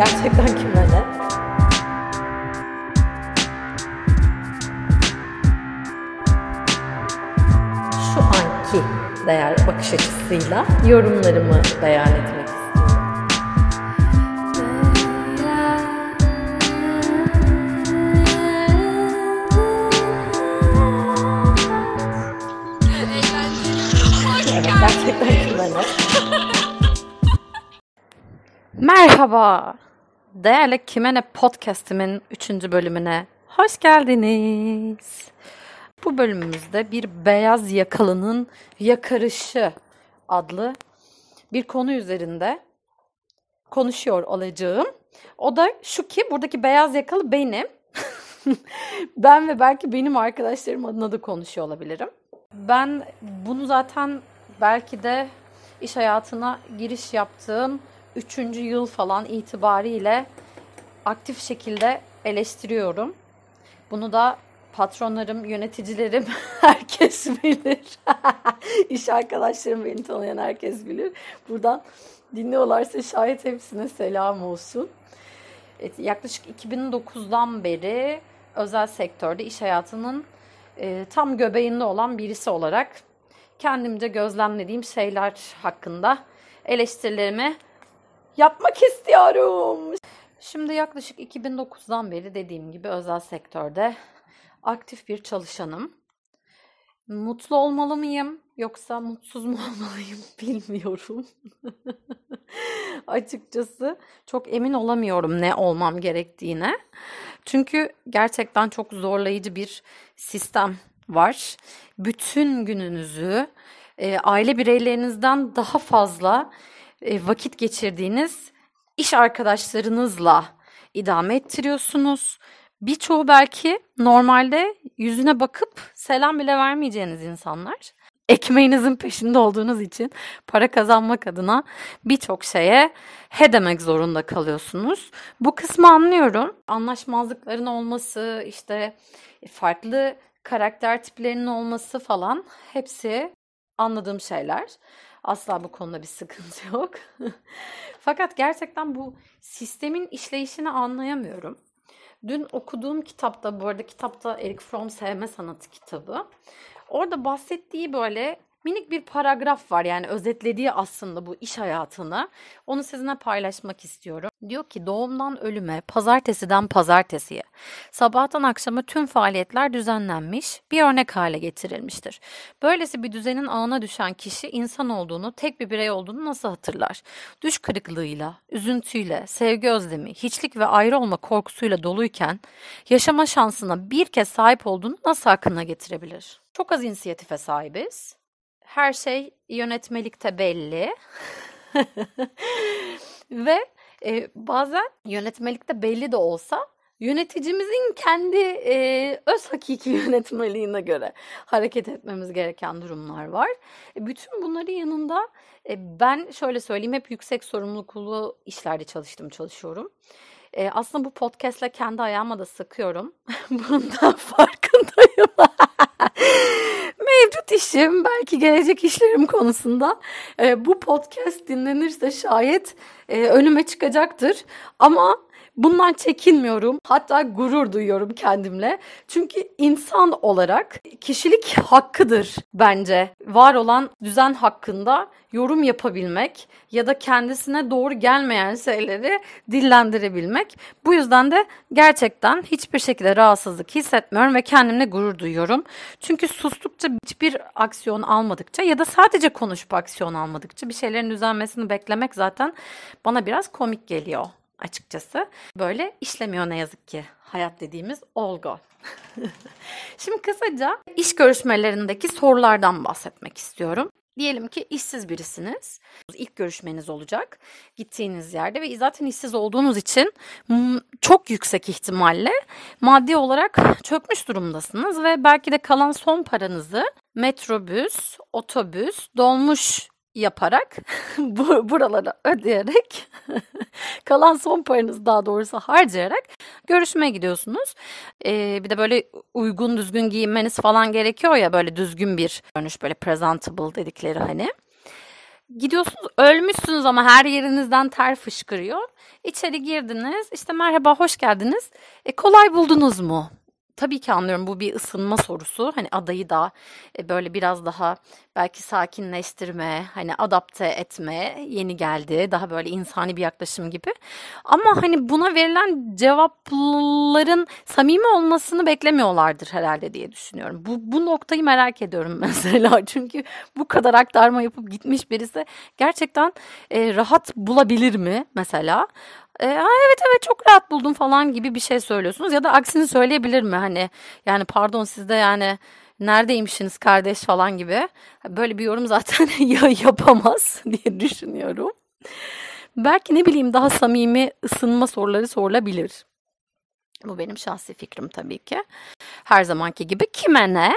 Gerçekten kime ne? Şu anki değer bakış açısıyla yorumlarımı beyan etmek istiyorum. Evet, gerçekten kime ne? Merhaba. Değerli Kime Ne podcast'imin 3. bölümüne hoş geldiniz. Bu bölümümüzde bir beyaz yakalının yakarışı adlı bir konu üzerinde konuşuyor olacağım. O da şu ki buradaki beyaz yakalı benim. Ben ve belki benim arkadaşlarım adına da konuşuyor olabilirim. Ben bunu zaten belki de iş hayatına giriş yaptığım 3. yıl falan itibariyle aktif şekilde eleştiriyorum. Bunu da patronlarım, yöneticilerim herkes bilir. İş arkadaşlarım, beni tanıyan herkes bilir. Buradan dinliyorlarsa şayet hepsine selam olsun. Evet, yaklaşık 2009'dan beri özel sektörde iş hayatının tam göbeğinde olan birisi olarak kendimce gözlemlediğim şeyler hakkında eleştirilerimi yapmak istiyorum. Şimdi yaklaşık 2009'dan beri dediğim gibi özel sektörde aktif bir çalışanım. Mutlu olmalı mıyım yoksa mutsuz mu olmalıyım bilmiyorum. Açıkçası çok emin olamıyorum ne olmam gerektiğine. Çünkü gerçekten çok zorlayıcı bir sistem var. Bütün gününüzü aile bireylerinizden daha fazla vakit geçirdiğiniz iş arkadaşlarınızla idame ettiriyorsunuz. Birçoğu belki normalde yüzüne bakıp selam bile vermeyeceğiniz insanlar. Ekmeğinizin peşinde olduğunuz için para kazanmak adına birçok şeye he demek zorunda kalıyorsunuz. Bu kısmı anlıyorum. Anlaşmazlıkların olması, işte farklı karakter tiplerinin olması falan hepsi anladığım şeyler. Asla bu konuda bir sıkıntı yok. Fakat gerçekten bu sistemin işleyişini anlayamıyorum. Dün okuduğum kitapta, bu arada kitapta Erich Fromm Sevme Sanatı kitabı. Orada bahsettiği böyle minik bir paragraf var, yani özetlediği aslında bu iş hayatını. Onu sizinle paylaşmak istiyorum. Diyor ki doğumdan ölüme, pazartesiden pazartesiye, sabahtan akşama tüm faaliyetler düzenlenmiş, bir örnek hale getirilmiştir. Böylesi bir düzenin ağına düşen kişi insan olduğunu, tek bir birey olduğunu nasıl hatırlar? Düş kırıklığıyla, üzüntüyle, sevgi özlemi, hiçlik ve ayrı olma korkusuyla doluyken yaşama şansına bir kez sahip olduğunu nasıl aklına getirebilir? Çok az inisiyatife sahibiz. Her şey yönetmelikte belli. Ve bazen yönetmelikte belli de olsa yöneticimizin kendi öz hakiki yönetmeliğine göre hareket etmemiz gereken durumlar var. Bütün bunların yanında ben şöyle söyleyeyim, hep yüksek sorumluluklu işlerde çalışıyorum. Aslında bu podcast'le kendi ayağıma da sıkıyorum. Bundan farkındayım. Mevcut işim, belki gelecek işlerim konusunda bu podcast dinlenirse şayet önüme çıkacaktır. Ama bundan çekinmiyorum. Hatta gurur duyuyorum kendimle. Çünkü insan olarak kişilik hakkıdır bence. Var olan düzen hakkında yorum yapabilmek ya da kendisine doğru gelmeyen şeyleri dillendirebilmek. Bu yüzden de gerçekten hiçbir şekilde rahatsızlık hissetmiyorum ve kendimle gurur duyuyorum. Çünkü sustukça, hiçbir aksiyon almadıkça ya da sadece konuşup aksiyon almadıkça bir şeylerin düzelmesini beklemek zaten bana biraz komik geliyor. Açıkçası böyle işlemiyor ne yazık ki hayat dediğimiz olgu. Şimdi kısaca iş görüşmelerindeki sorulardan bahsetmek istiyorum. Diyelim ki işsiz birisiniz. İlk görüşmeniz olacak gittiğiniz yerde ve zaten işsiz olduğunuz için çok yüksek ihtimalle maddi olarak çökmüş durumdasınız ve belki de kalan son paranızı metrobüs, otobüs, dolmuş yaparak buraları ödeyerek kalan son paranızı daha doğrusu harcayarak görüşmeye gidiyorsunuz. Bir de böyle uygun düzgün giyinmeniz falan gerekiyor ya, böyle düzgün bir görünüş, böyle presentable dedikleri hani. Gidiyorsunuz, ölmüşsünüz ama her yerinizden ter fışkırıyor. İçeri girdiniz, işte merhaba, hoş geldiniz. Kolay buldunuz mu? Tabii ki anlıyorum, bu bir ısınma sorusu. Hani adayı da böyle biraz daha belki sakinleştirme, hani adapte etme, yeni geldi, daha böyle insani bir yaklaşım gibi. Ama hani buna verilen cevapların samimi olmasını beklemiyorlardır herhalde diye düşünüyorum. Bu noktayı merak ediyorum mesela. Çünkü bu kadar aktarma yapıp gitmiş birisi gerçekten rahat bulabilir mi mesela? Evet evet çok rahat buldum falan gibi bir şey söylüyorsunuz ya da aksini söyleyebilir mi? Hani yani pardon siz de yani neredeymişsiniz kardeş falan gibi. Böyle bir yorum zaten yapamaz diye düşünüyorum. Belki ne bileyim daha samimi ısınma soruları sorulabilir. Bu benim şahsi fikrim tabii ki. Her zamanki gibi kime ne?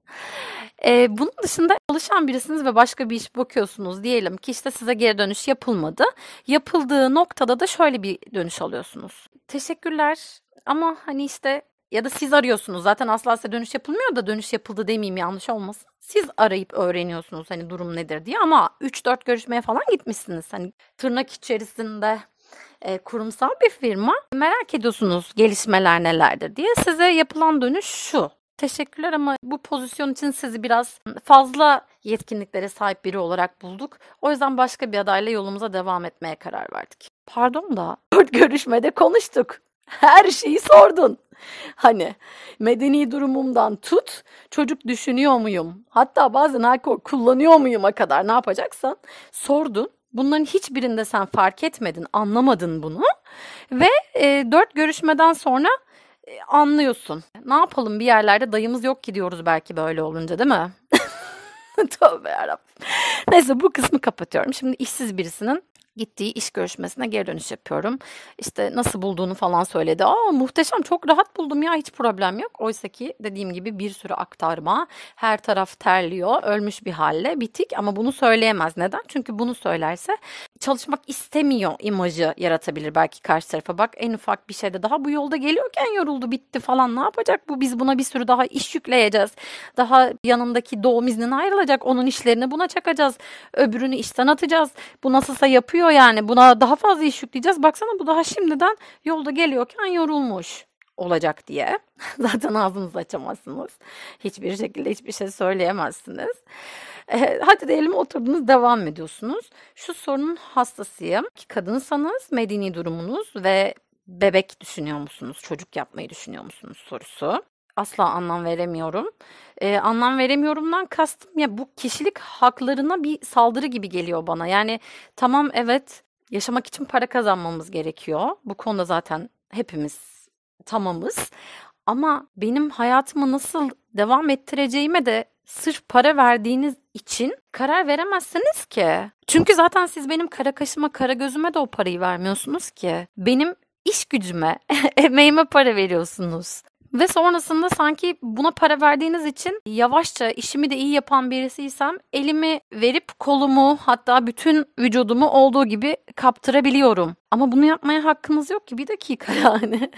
Bunun dışında çalışan birisiniz ve başka bir iş bakıyorsunuz. Diyelim ki işte size geri dönüş yapılmadı. Yapıldığı noktada da şöyle bir dönüş alıyorsunuz. Teşekkürler ama hani işte ya da siz arıyorsunuz. Zaten asla size dönüş yapılmıyor da dönüş yapıldı demeyeyim yanlış olmasın. Siz arayıp öğreniyorsunuz hani durum nedir diye ama 3-4 görüşmeye falan gitmişsiniz. Hani tırnak içerisinde kurumsal bir firma. Merak ediyorsunuz gelişmeler nelerdir diye. Size yapılan dönüş şu. Teşekkürler ama bu pozisyon için sizi biraz fazla yetkinliklere sahip biri olarak bulduk. O yüzden başka bir adayla yolumuza devam etmeye karar verdik. Pardon da 4 görüşmede konuştuk. Her şeyi sordun. Hani medeni durumumdan tut, çocuk düşünüyor muyum? Hatta bazen alkol kullanıyor muyum'a kadar ne yapacaksan sordun. Bunların hiçbirinde sen fark etmedin, anlamadın bunu ve 4 görüşmeden sonra anlıyorsun. Ne yapalım bir yerlerde dayımız yok ki diyoruz belki böyle olunca değil mi? Tövbe yarabbim. Neyse bu kısmı kapatıyorum. Şimdi işsiz birisinin gittiği iş görüşmesine geri dönüş yapıyorum. İşte nasıl bulduğunu falan söyledi. Aa muhteşem çok rahat buldum ya hiç problem yok. Oysa ki dediğim gibi bir sürü aktarma. Her taraf terliyor. Ölmüş bir halle bitik ama bunu söyleyemez. Neden? Çünkü bunu söylerse çalışmak istemiyor imajı yaratabilir belki karşı tarafa. Bak en ufak bir şeyde daha bu yolda geliyorken yoruldu bitti falan ne yapacak bu? Biz buna bir sürü daha iş yükleyeceğiz. Daha yanındaki doğum iznine ayrılacak. Onun işlerini buna çakacağız. Öbürünü işten atacağız. Bu nasılsa yapıyor yani. Buna daha fazla iş yükleyeceğiz. Baksana bu daha şimdiden yolda geliyorken yorulmuş olacak diye. Zaten ağzınızı açamazsınız. Hiçbir şekilde hiçbir şey söyleyemezsiniz. Hadi diyelim oturdunuz devam ediyorsunuz. Şu sorunun hastasıyım. Ki kadınsanız medeni durumunuz ve bebek düşünüyor musunuz? Çocuk yapmayı düşünüyor musunuz sorusu. Asla anlam veremiyorum. Anlam veremiyorumdan kastım ya bu kişilik haklarına bir saldırı gibi geliyor bana. Yani tamam evet yaşamak için para kazanmamız gerekiyor. Bu konuda zaten hepimiz tamamız. Ama benim hayatımı nasıl devam ettireceğime de sırf para verdiğiniz için karar veremezsiniz ki. Çünkü zaten siz benim kara kaşıma, kara gözüme de o parayı vermiyorsunuz ki. Benim iş gücüme, emeğime para veriyorsunuz. Ve sonrasında sanki buna para verdiğiniz için yavaşça işimi de iyi yapan birisiysem elimi verip kolumu hatta bütün vücudumu olduğu gibi kaptırabiliyorum. Ama bunu yapmaya hakkınız yok ki bir dakika yani.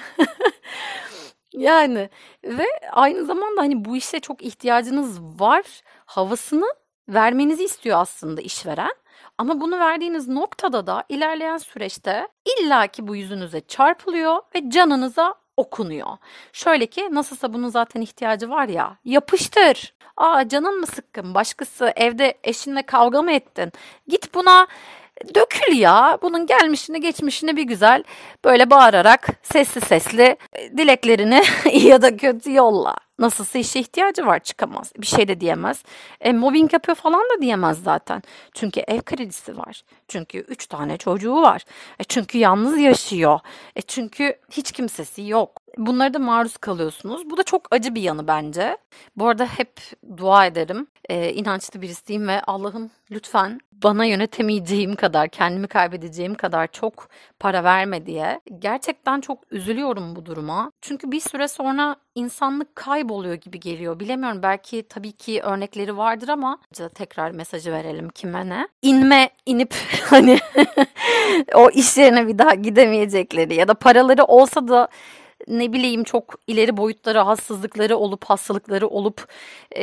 Yani ve aynı zamanda hani bu işe çok ihtiyacınız var havasını vermenizi istiyor aslında işveren. Ama bunu verdiğiniz noktada da ilerleyen süreçte illaki bu yüzünüze çarpılıyor ve canınıza okunuyor. Şöyle ki nasılsa bunun zaten ihtiyacı var ya yapıştır. Aa canın mı sıkkın? Başkası evde eşinle kavga mı ettin? Git buna dökül ya. Bunun gelmişini geçmişini bir güzel böyle bağırarak sesli sesli dileklerini iyi ya da kötü yolla. Nasılsa işe ihtiyacı var çıkamaz. Bir şey de diyemez. Mobbing yapıyor falan da diyemez zaten. Çünkü ev kredisi var. Çünkü 3 tane çocuğu var. Çünkü yalnız yaşıyor. Çünkü hiç kimsesi yok. Bunlara da maruz kalıyorsunuz. Bu da çok acı bir yanı bence. Bu arada hep dua ederim. İnançlı birisiyim ve Allah'ım lütfen bana yönetemeyeceğim kadar, kendimi kaybedeceğim kadar çok para verme diye. Gerçekten çok üzülüyorum bu duruma. Çünkü bir süre sonra insanlık kayboluyor gibi geliyor. Bilemiyorum belki tabii ki örnekleri vardır ama tekrar mesajı verelim kime ne. İnip hani o iş yerine bir daha gidemeyecekleri ya da paraları olsa da ne bileyim çok ileri boyutları, rahatsızlıkları olup, hastalıkları olup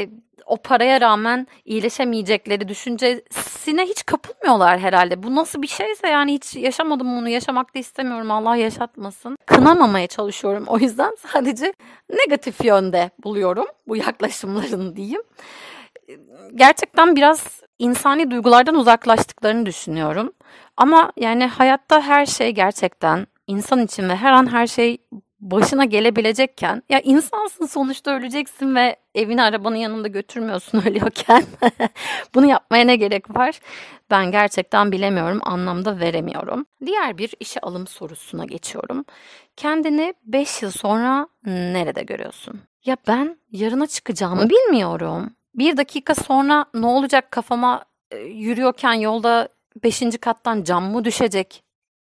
o paraya rağmen iyileşemeyecekleri düşüncesine hiç kapılmıyorlar herhalde. Bu nasıl bir şeyse yani hiç yaşamadım bunu, yaşamak da istemiyorum. Allah yaşatmasın. Kınamamaya çalışıyorum. O yüzden sadece negatif yönde buluyorum bu yaklaşımların diyeyim. Gerçekten biraz insani duygulardan uzaklaştıklarını düşünüyorum. Ama yani hayatta her şey gerçekten insan için ve her an her şey başına gelebilecekken ya insansın sonuçta öleceksin ve evini arabanın yanında götürmüyorsun ölüyorken bunu yapmaya ne gerek var? Ben gerçekten bilemiyorum, anlam da veremiyorum. Diğer bir işe alım sorusuna geçiyorum. Kendini 5 yıl sonra nerede görüyorsun? Ya ben yarına çıkacağımı bilmiyorum. Bir dakika sonra ne olacak kafama yürüyorken yolda 5. kattan cam mı düşecek?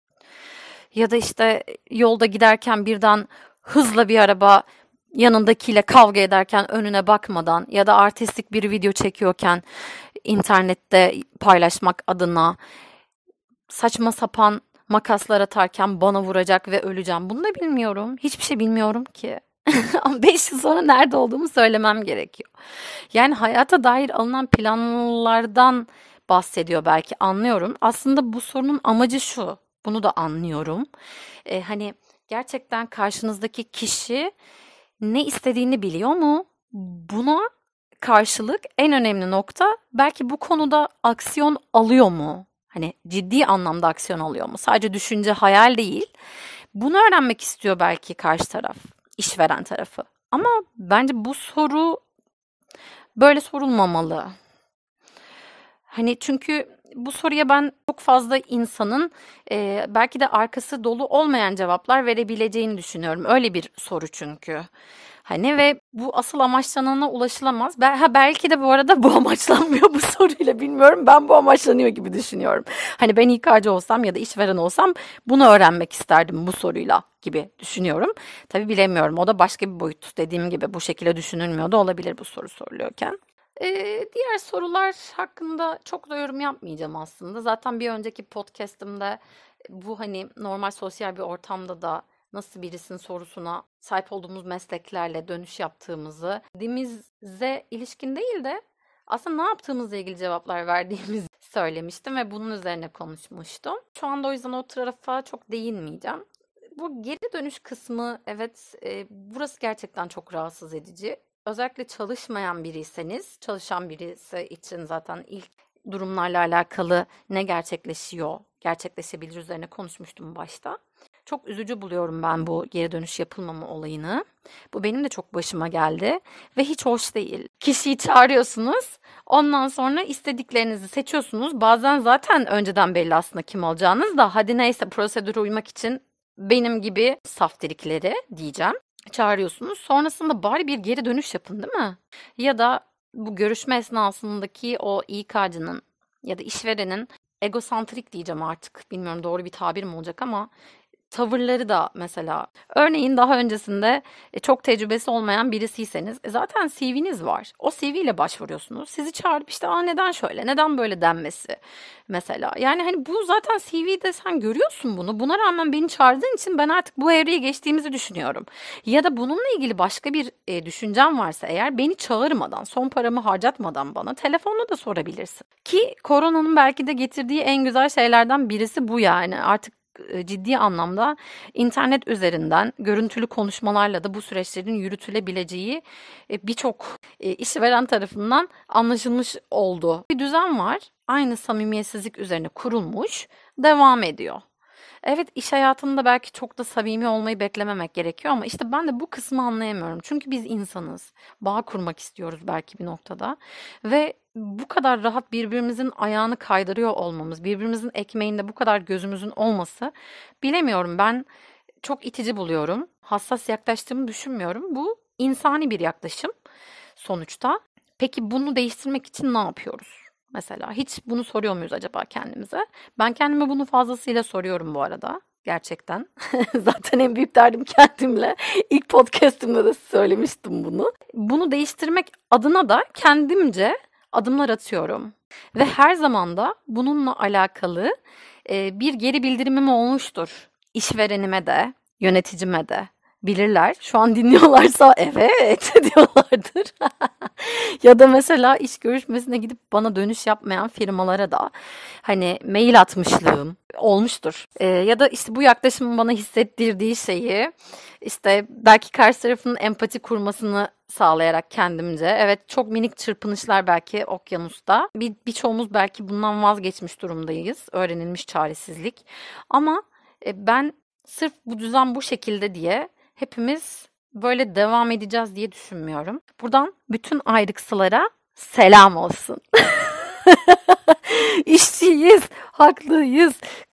Ya da işte yolda giderken birden hızla bir araba yanındakiyle kavga ederken önüne bakmadan ya da artistik bir video çekiyorken internette paylaşmak adına saçma sapan makaslar atarken bana vuracak ve öleceğim. Bunu da bilmiyorum. Hiçbir şey bilmiyorum ki. Ama 5 yıl sonra nerede olduğumu söylemem gerekiyor. Yani hayata dair alınan planlardan bahsediyor belki anlıyorum. Aslında bu sorunun amacı şu. Bunu da anlıyorum. Hani gerçekten karşınızdaki kişi ne istediğini biliyor mu? Buna karşılık en önemli nokta belki bu konuda aksiyon alıyor mu? Hani ciddi anlamda aksiyon alıyor mu? Sadece düşünce, hayal değil. Bunu öğrenmek istiyor belki karşı taraf, işveren tarafı. Ama bence bu soru böyle sorulmamalı. Hani çünkü bu soruya ben çok fazla insanın belki de arkası dolu olmayan cevaplar verebileceğini düşünüyorum. Öyle bir soru çünkü. Hani ve bu asıl amaçlanana ulaşılamaz. Belki de bu arada bu amaçlanmıyor bu soruyla bilmiyorum. Ben bu amaçlanıyor gibi düşünüyorum. Hani ben İK'cı olsam ya da işveren olsam bunu öğrenmek isterdim bu soruyla gibi düşünüyorum. Tabii bilemiyorum. O da başka bir boyut. Dediğim gibi bu şekilde düşünülmüyor da olabilir bu soru soruluyorken. Diğer sorular hakkında çok da yorum yapmayacağım aslında. Zaten bir önceki podcast'imde bu hani normal sosyal bir ortamda da nasıl birisinin sorusuna sahip olduğumuz mesleklerle dönüş yaptığımızı, dilimize ilişkin değil de aslında ne yaptığımızla ilgili cevaplar verdiğimizi söylemiştim ve bunun üzerine konuşmuştum. Şu anda o yüzden o tarafa çok değinmeyeceğim. Bu geri dönüş kısmı evet burası gerçekten çok rahatsız edici. Özellikle çalışmayan biriyseniz, çalışan birisi için zaten ilk durumlarla alakalı ne gerçekleşiyor, gerçekleşebilir üzerine konuşmuştum başta. Çok üzücü buluyorum ben bu geri dönüş yapılmama olayını. Bu benim de çok başıma geldi ve hiç hoş değil. Kişiyi çağırıyorsunuz, ondan sonra istediklerinizi seçiyorsunuz. Bazen zaten önceden belli aslında kim alacağınız da hadi neyse prosedüre uymak için benim gibi saftirikleri diyeceğim. Çağırıyorsunuz. Sonrasında bari bir geri dönüş yapın değil mi? Ya da bu görüşme esnasındaki o İK'cının ya da işverenin egosantrik diyeceğim artık. Bilmiyorum doğru bir tabir mi olacak ama tavırları da mesela. Örneğin daha öncesinde çok tecrübesi olmayan birisiyseniz zaten CV'niz var. O CV ile başvuruyorsunuz. Sizi çağırıp işte neden şöyle, neden böyle denmesi mesela. Yani hani bu zaten CV'de sen görüyorsun bunu. Buna rağmen beni çağırdığın için ben artık bu evreye geçtiğimizi düşünüyorum. Ya da bununla ilgili başka bir düşüncem varsa eğer beni çağırmadan, son paramı harcatmadan bana telefonla da sorabilirsin. Ki koronanın belki de getirdiği en güzel şeylerden birisi bu yani. Artık ciddi anlamda internet üzerinden görüntülü konuşmalarla da bu süreçlerin yürütülebileceği birçok işveren tarafından anlaşılmış oldu. Bir düzen var. Aynı samimiyetsizlik üzerine kurulmuş, devam ediyor. Evet iş hayatında belki çok da samimi olmayı beklememek gerekiyor ama işte ben de bu kısmı anlayamıyorum. Çünkü biz insanız. Bağ kurmak istiyoruz belki bir noktada. Ve bu kadar rahat birbirimizin ayağını kaydırıyor olmamız, birbirimizin ekmeğinde bu kadar gözümüzün olması bilemiyorum. Ben çok itici buluyorum. Hassas yaklaştığımı düşünmüyorum. Bu insani bir yaklaşım sonuçta. Peki bunu değiştirmek için ne yapıyoruz? Mesela hiç bunu soruyor muyuz acaba kendimize? Ben kendime bunu fazlasıyla soruyorum bu arada. Gerçekten. Zaten en büyük derdim kendimle. İlk podcast'imde de söylemiştim bunu. Bunu değiştirmek adına da kendimce adımlar atıyorum. Ve her zaman da bununla alakalı bir geri bildirimim olmuştur. İşverenime de, yöneticime de bilirler. Şu an dinliyorlarsa evet diyorlardır. Ya da mesela iş görüşmesine gidip bana dönüş yapmayan firmalara da hani mail atmışlığım olmuştur. Ya da işte bu yaklaşımın bana hissettirdiği şeyi işte belki karşı tarafın empati kurmasını sağlayarak kendimce. Evet, çok minik çırpınışlar belki okyanusta. Birçoğumuz belki bundan vazgeçmiş durumdayız. Öğrenilmiş çaresizlik. Ama ben sırf bu düzen bu şekilde diye hepimiz böyle devam edeceğiz diye düşünmüyorum. Buradan bütün ayrıksalara selam olsun. İşçiyiz, haklıyız.